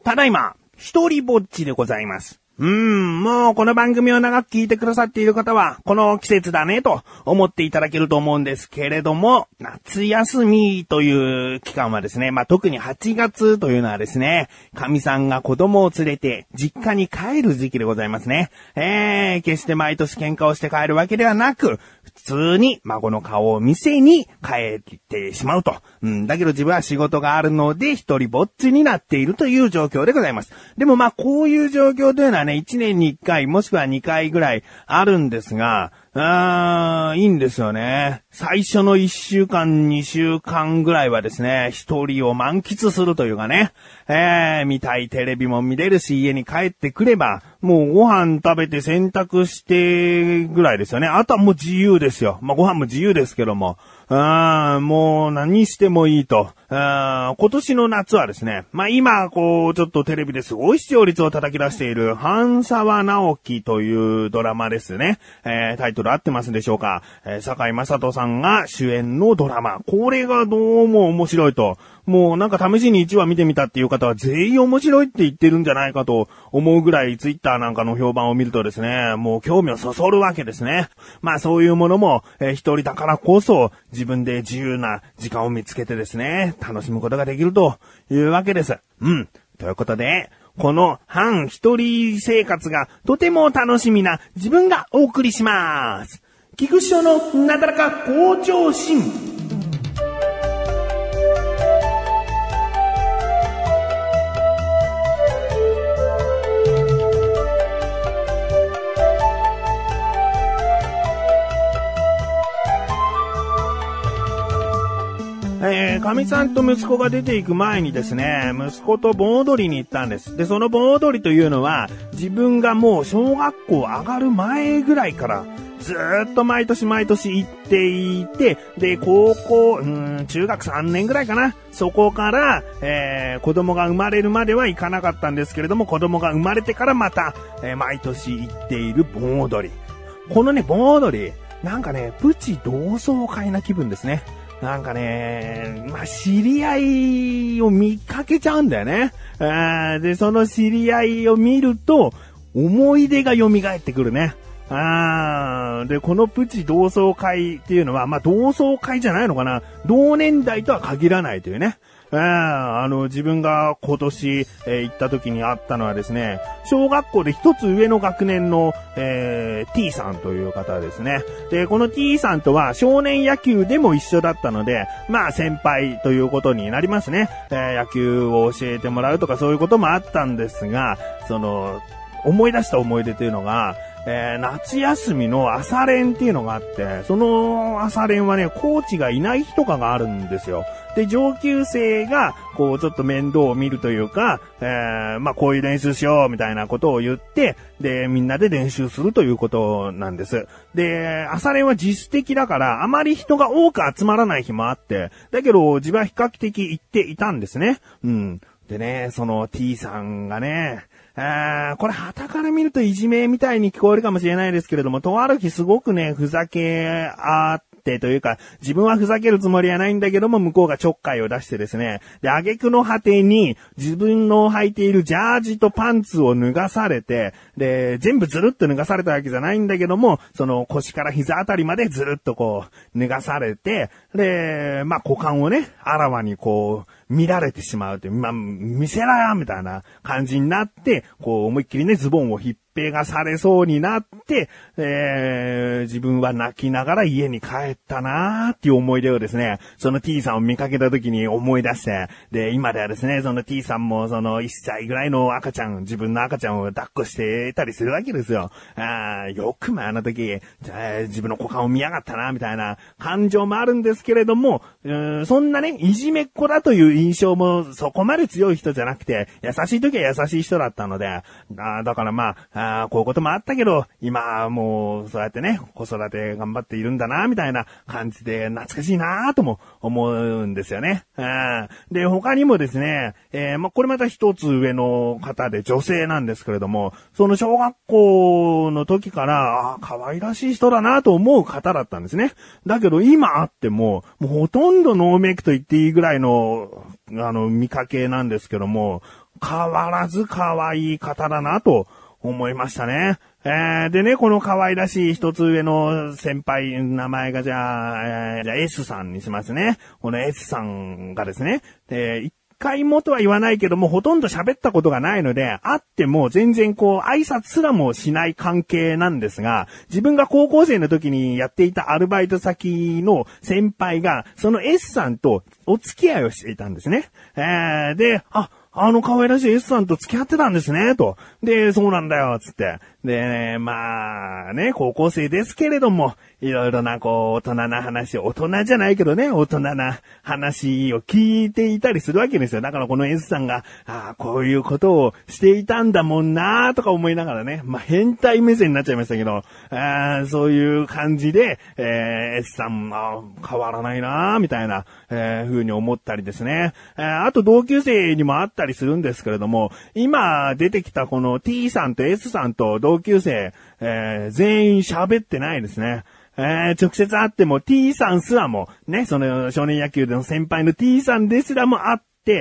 ただいま、一人ぼっちでございます。もうこの番組を長く聞いてくださっている方は、この季節だねと思っていただけると思うんですけれども、夏休みという期間はですね、特に8月というのはですね、神さんが子供を連れて実家に帰る時期でございますね。決して毎年喧嘩をして帰るわけではなく、普通に孫の顔を見せに帰ってしまうと。だけど自分は仕事があるので一人ぼっちになっているという状況でございます。でもこういう状況というのはね、1年に1回もしくは2回ぐらいあるんですが、いいんですよね。最初の1週間、2週間ぐらいはですね、一人を満喫するというかね、見たいテレビも見れるし、家に帰ってくれば、もうご飯食べて洗濯してぐらいですよね。あとはもう自由ですよ。ご飯も自由ですけども。もう何してもいいと。今年の夏はですね、今ちょっとテレビですごい視聴率を叩き出している半沢直樹というドラマですね。タイトル合ってますでしょうか。堺雅人さんが主演のドラマ。これがどうも面白いと。もう試しに1話見てみたっていう方は全員面白いって言ってるんじゃないかと思うぐらいツイッターなんかの評判を見るとですね、もう興味をそそるわけですね。そういうものも、一人だからこそ自分で自由な時間を見つけてですね、楽しむことができるというわけです。ということで、この半一人生活がとても楽しみな自分がお送りします。菊師匠のなだらか向上心。神さんと息子が出ていく前にですね、息子と盆踊りに行ったんです。で、その盆踊りというのは、自分がもう小学校上がる前ぐらいから、ずーっと毎年行っていて、で、高校、中学3年ぐらいかな。そこから、子供が生まれるまでは行かなかったんですけれども、子供が生まれてからまた、毎年行っている盆踊り。このね、盆踊り、プチ同窓会な気分ですね。知り合いを見かけちゃうんだよね。で、その知り合いを見ると、思い出が蘇ってくるね。で、このプチ同窓会っていうのは、同窓会じゃないのかな。同年代とは限らないというね。自分が今年、行った時にあったのはですね、小学校で一つ上の学年の、T さんという方ですね。で、この T さんとは少年野球でも一緒だったので、先輩ということになりますね。野球を教えてもらうとかそういうこともあったんですが、思い出した思い出というのが、夏休みの朝練っていうのがあって、その朝練はね、コーチがいない日とかがあるんですよ。で、上級生が、ちょっと面倒を見るというか、こういう練習しようみたいなことを言って、で、みんなで練習するということなんです。で、朝練は自主的だから、あまり人が多く集まらない日もあって、だけど、自分は比較的行っていたんですね。でね、その T さんがね、これ旗から見るといじめみたいに聞こえるかもしれないですけれども、とある日すごくね、ふざけというか、自分はふざけるつもりはないんだけども、向こうがちょっかいを出してですね、で、挙句の果てに、自分の履いているジャージとパンツを脱がされて、で、全部ずるっと脱がされたわけじゃないんだけども、その腰から膝あたりまでずるっと脱がされて、で、股間をね、あらわに見られてしまうという、見せろよみたいな感じになって、思いっきりね、ズボンを引っぺがされそうになって、自分は泣きながら家に帰ったなーっていう思い出をですね、その T さんを見かけた時に思い出して、で、今ではですね、その T さんもその1歳ぐらいの赤ちゃん、自分の赤ちゃんを抱っこしてたりするわけですよ。よくあの時、自分の股間を見やがったな、みたいな感情もあるんですけれども、そんなね、いじめっ子だという印象もそこまで強い人じゃなくて、優しい時は優しい人だったので、だからこういうこともあったけど、今もうそうやってね、子育て頑張っているんだな、みたいな感じで懐かしいなとも思うんですよね。で、他にもですね、これまた一つ上の方で女性なんですけれども、その小学校の時から、可愛らしい人だなと思う方だったんですね。だけど今会ってもうほとんどノーメイクと言っていいぐらいの、見かけなんですけども、 変わらず可愛い方だなと思いましたね。でね、この可愛らしい一つ上の先輩、名前がじゃあ S さんにしますね。この S さんがですね、一回もとは言わないけども、ほとんど喋ったことがないので、会っても全然挨拶すらもしない関係なんですが、自分が高校生の時にやっていたアルバイト先の先輩が、その S さんとお付き合いをしていたんですね。で、可愛らしい S さんと付き合ってたんですね、と。で、そうなんだよ、つって。で、まあね、高校生ですけれども、いろいろな大人な話、大人じゃないけどね、大人な話を聞いていたりするわけですよ。だからこの S さんが、こういうことをしていたんだもんなとか思いながらね、まあ変態目線になっちゃいましたけど、そういう感じで、S さん、変わらないなみたいな、風に思ったりですね。あと同級生にもあったりするんですけれども、今出てきたこの T さんと S さんと同級生、全員喋ってないですね。直接会っても T さんすらも、ね、その少年野球での先輩の T さんですらも会って、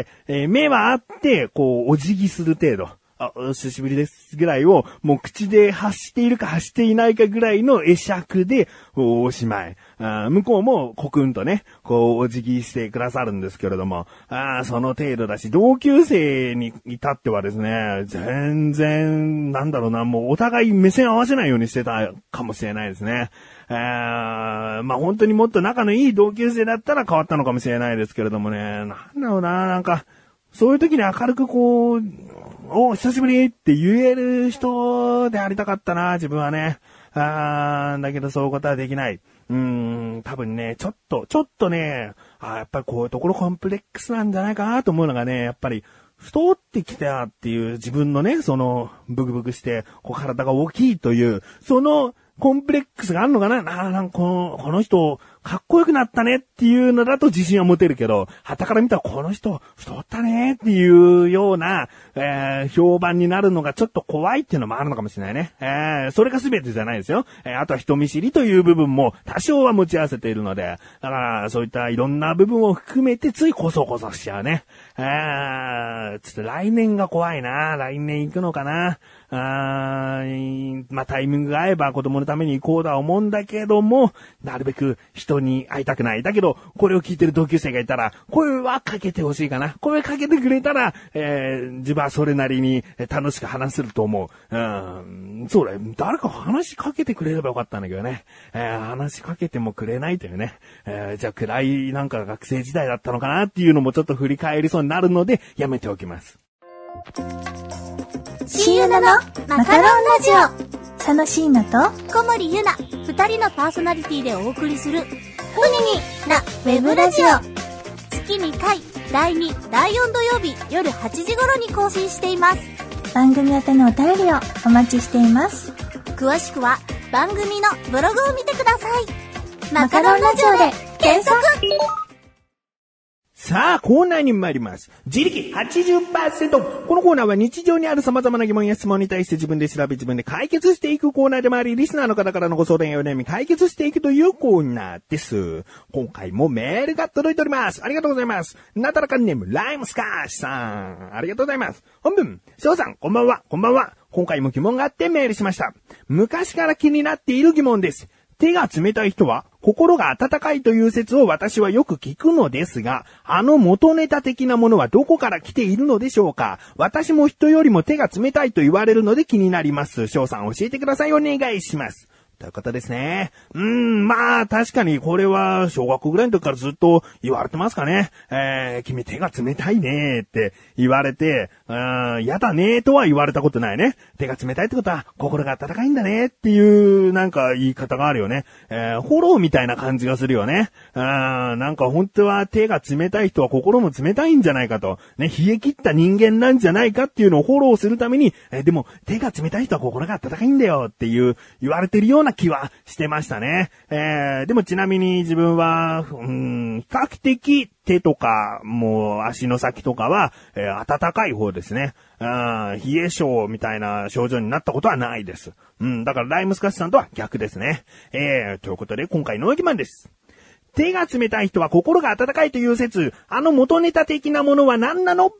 目は合って、お辞儀する程度。お久しぶりですぐらいを、もう口で発しているか発していないかぐらいの会釈で、おしまい。向こうもコクンとね、お辞儀してくださるんですけれども、その程度だし、同級生に至ってはですね、全然、もうお互い目線合わせないようにしてたかもしれないですね。まあ、本当にもっと仲のいい同級生だったら変わったのかもしれないですけれどもね、そういう時に明るく久しぶりって言える人でありたかったな、自分はね。だけどそういうことはできない。多分ね、ちょっとね、やっぱりこういうところコンプレックスなんじゃないかなと思うのがね、やっぱり、太ってきたっていう自分のね、ブクブクして、体が大きいという、そのコンプレックスがあるのかなこの人、かっこよくなったねっていうのだと自信は持てるけど、旗から見たらこの人、太ったねっていうような、評判になるのがちょっと怖いっていうのもあるのかもしれないね。それが全てじゃないですよ。あとは人見知りという部分も多少は持ち合わせているので、だからそういったいろんな部分を含めてついこそこそしちゃうね。ちょっと来年が怖いな。来年行くのかな。まあ、タイミングが合えば子供のために行こうとは思うんだけども、なるべく人に会いたくない。だけど、これを聞いてる同級生がいたら、声はかけてほしいかな。声かけてくれたら、自分はそれなりに楽しく話せると思う。そうだよ。誰か話しかけてくれればよかったんだけどね。話しかけてもくれないというね。じゃあ暗い学生時代だったのかなっていうのもちょっと振り返りそうになるので、やめておきます。 シユナのマカロンラジオ。 佐野椎名と小森ゆな、二人のパーソナリティでお送りする、ふにになウェブラジオ。月2回、第2、第4土曜日夜8時頃に更新しています。 番組宛てのお便りをお待ちしています。 詳しくは番組のブログを見てください。マカロンラジオで検索。 さあ、コーナーに参ります。自力 80%。このコーナーは日常にある様々な疑問や質問に対して自分で調べ自分で解決していくコーナーでもあり、リスナーの方からのご相談やお悩み解決していくというコーナーです。今回もメールが届いております。ありがとうございます。なだらかネーム、ライムスカッシュさん。ありがとうございます。本文、翔さん、こんばんは。こんばんは。今回も疑問があってメールしました。昔から気になっている疑問です。手が冷たい人は心が温かいという説を私はよく聞くのですが、元ネタ的なものはどこから来ているのでしょうか？私も人よりも手が冷たいと言われるので気になります。翔さん教えてください。お願いします。ということですね。まあ確かにこれは小学校ぐらいの時からずっと言われてますかね。君手が冷たいねって言われて、やだねとは言われたことないね。手が冷たいってことは心が温かいんだねっていう言い方があるよね。フォローみたいな感じがするよね。本当は手が冷たい人は心も冷たいんじゃないかと。ね、冷え切った人間なんじゃないかっていうのをフォローするために、でも手が冷たい人は心が温かいんだよっていう言われてるような気はしてましたね。でもちなみに自分は、比較的手とか、もう足の先とかは、暖かい方ですね。冷え性みたいな症状になったことはないです。だからライムスカッシュさんとは逆ですね。ということで今回の疑問です。手が冷たい人は心が温かいという説、元ネタ的なものは何なの？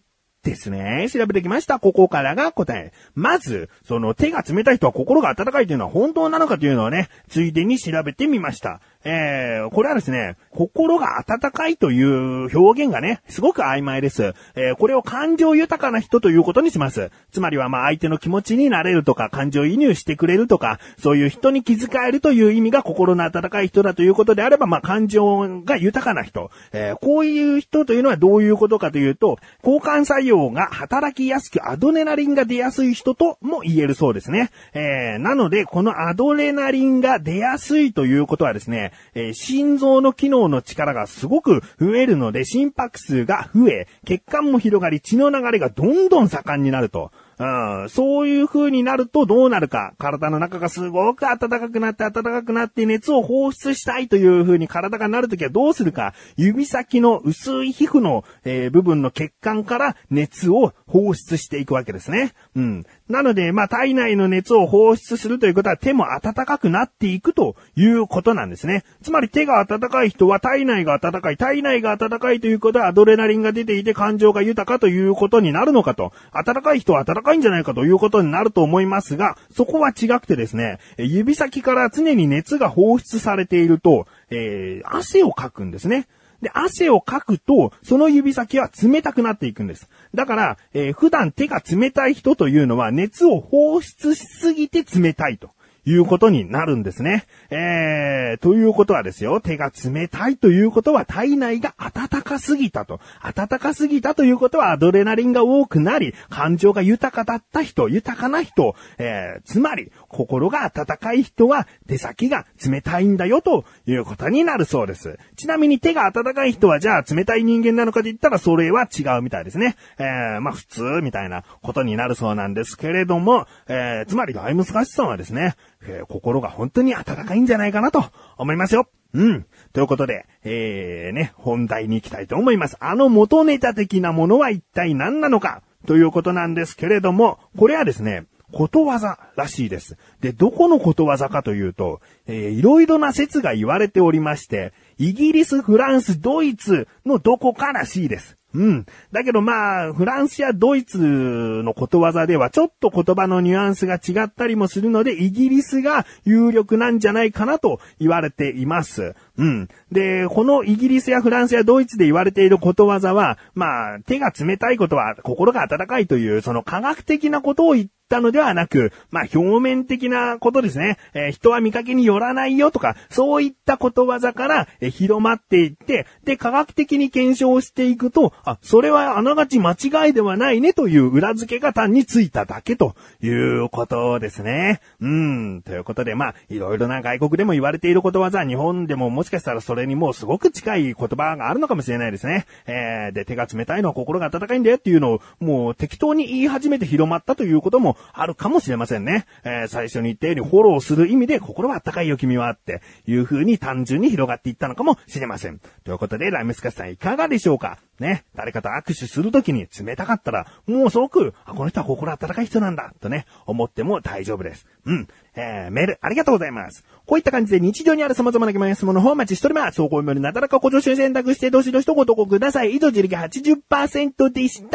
ですね。調べてきました。ここからが答え。まず、その手が冷たい人は心が温かいというのは本当なのかというのをね、ついでに調べてみました。これはですね、心が温かいという表現がね、すごく曖昧です。これを感情豊かな人ということにします。つまりは相手の気持ちになれるとか、感情移入してくれるとか、そういう人に気遣えるという意味が心の温かい人だということであれば、感情が豊かな人。こういう人というのはどういうことかというと、交感作用が働きやすくアドレナリンが出やすい人とも言えるそうですね。なので、このアドレナリンが出やすいということはですね、心臓の機能の力がすごく増えるので、心拍数が増え、血管も広がり、血の流れがどんどん盛んになると。そういう風になるとどうなるか。体の中がすごく暖かくなって熱を放出したいという風に体がなるときはどうするか。指先の薄い皮膚の、部分の血管から熱を放出していくわけですね。なので、体内の熱を放出するということは手も暖かくなっていくということなんですね。つまり手が暖かい人は体内が暖かい。体内が暖かいということはアドレナリンが出ていて感情が豊かということになるのかと。暖かい人は暖かいんじゃないかということになると思いますが、そこは違くてですね、指先から常に熱が放出されていると、汗をかくんですね。で、汗をかくと、その指先は冷たくなっていくんです。だから、普段手が冷たい人というのは熱を放出しすぎて冷たいということになるんですね。ということはですよ、手が冷たいということは体内が暖かすぎたと。暖かすぎたということはアドレナリンが多くなり、感情が豊かだった人、豊かな人、つまり心が温かい人は手先が冷たいんだよということになるそうです。ちなみに手が温かい人はじゃあ冷たい人間なのかと言ったらそれは違うみたいですね。普通みたいなことになるそうなんですけれども、つまりライムスカッシュさんはですね、心が本当に温かいんじゃないかなと思いますよ。ということで、本題に行きたいと思います。元ネタ的なものは一体何なのかということなんですけれども、これはですね、ことわざらしいです。で、どこのことわざかというと、いろいろな説が言われておりまして、イギリス、フランス、ドイツのどこからしいです。だけどフランスやドイツのことわざではちょっと言葉のニュアンスが違ったりもするので、イギリスが有力なんじゃないかなと言われています。で、このイギリスやフランスやドイツで言われていることわざは、手が冷たいことは心が温かいという、その科学的なことを言ったのではなく、表面的なことですね。人は見かけによらないよとか、そういったことわざから広まっていって、で、科学的に検証していくと、それはあながち間違いではないねという裏付けが単についただけということですね。ということで、いろいろな外国でも言われていることわざ、日本でももしかしたらそれにもうすごく近い言葉があるのかもしれないですね。で、手が冷たいのは心が温かいんだよっていうのをもう適当に言い始めて広まったということもあるかもしれませんね。最初に言ったようにフォローする意味で心は温かいよ君はっていう風に単純に広がっていったのかもしれません。ということで、ライムスカスさんいかがでしょうかね。誰かと握手するときに冷たかったら、もうすごく、この人は心温かい人なんだ、とね、思っても大丈夫です。メール、ありがとうございます。こういった感じで日常にある様々な疑問や質問の方をお待ちしております。そうこういうのになだらかご助手選択して、どしどしとご投稿ください。以上、自力 80% でした。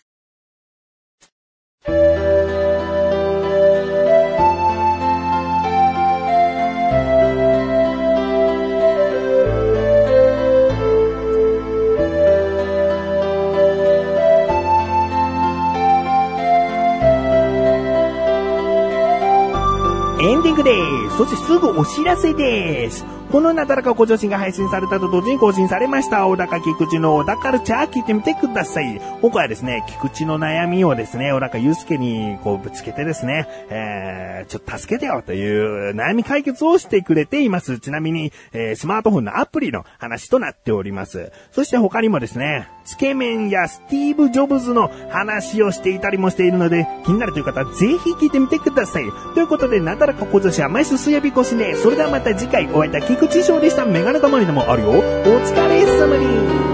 エンディングです。そしてすぐお知らせです。このなだらかご助身が配信されたと同時に更新されました。小高菊池の小高カルチャー聞いてみてください。今回はですね、菊池の悩みをですね、小高祐介にぶつけてですね、ちょっと助けてよという悩み解決をしてくれています。ちなみに、スマートフォンのアプリの話となっております。そして他にもですね、つけ麺やスティーブ・ジョブズの話をしていたりもしているので、気になるという方はぜひ聞いてみてください。ということで、なだらかご助身は毎週水曜日更新で、それではまた次回お会いいた菊池翔でした。メガネたまりでもあるよ。お疲れ様に。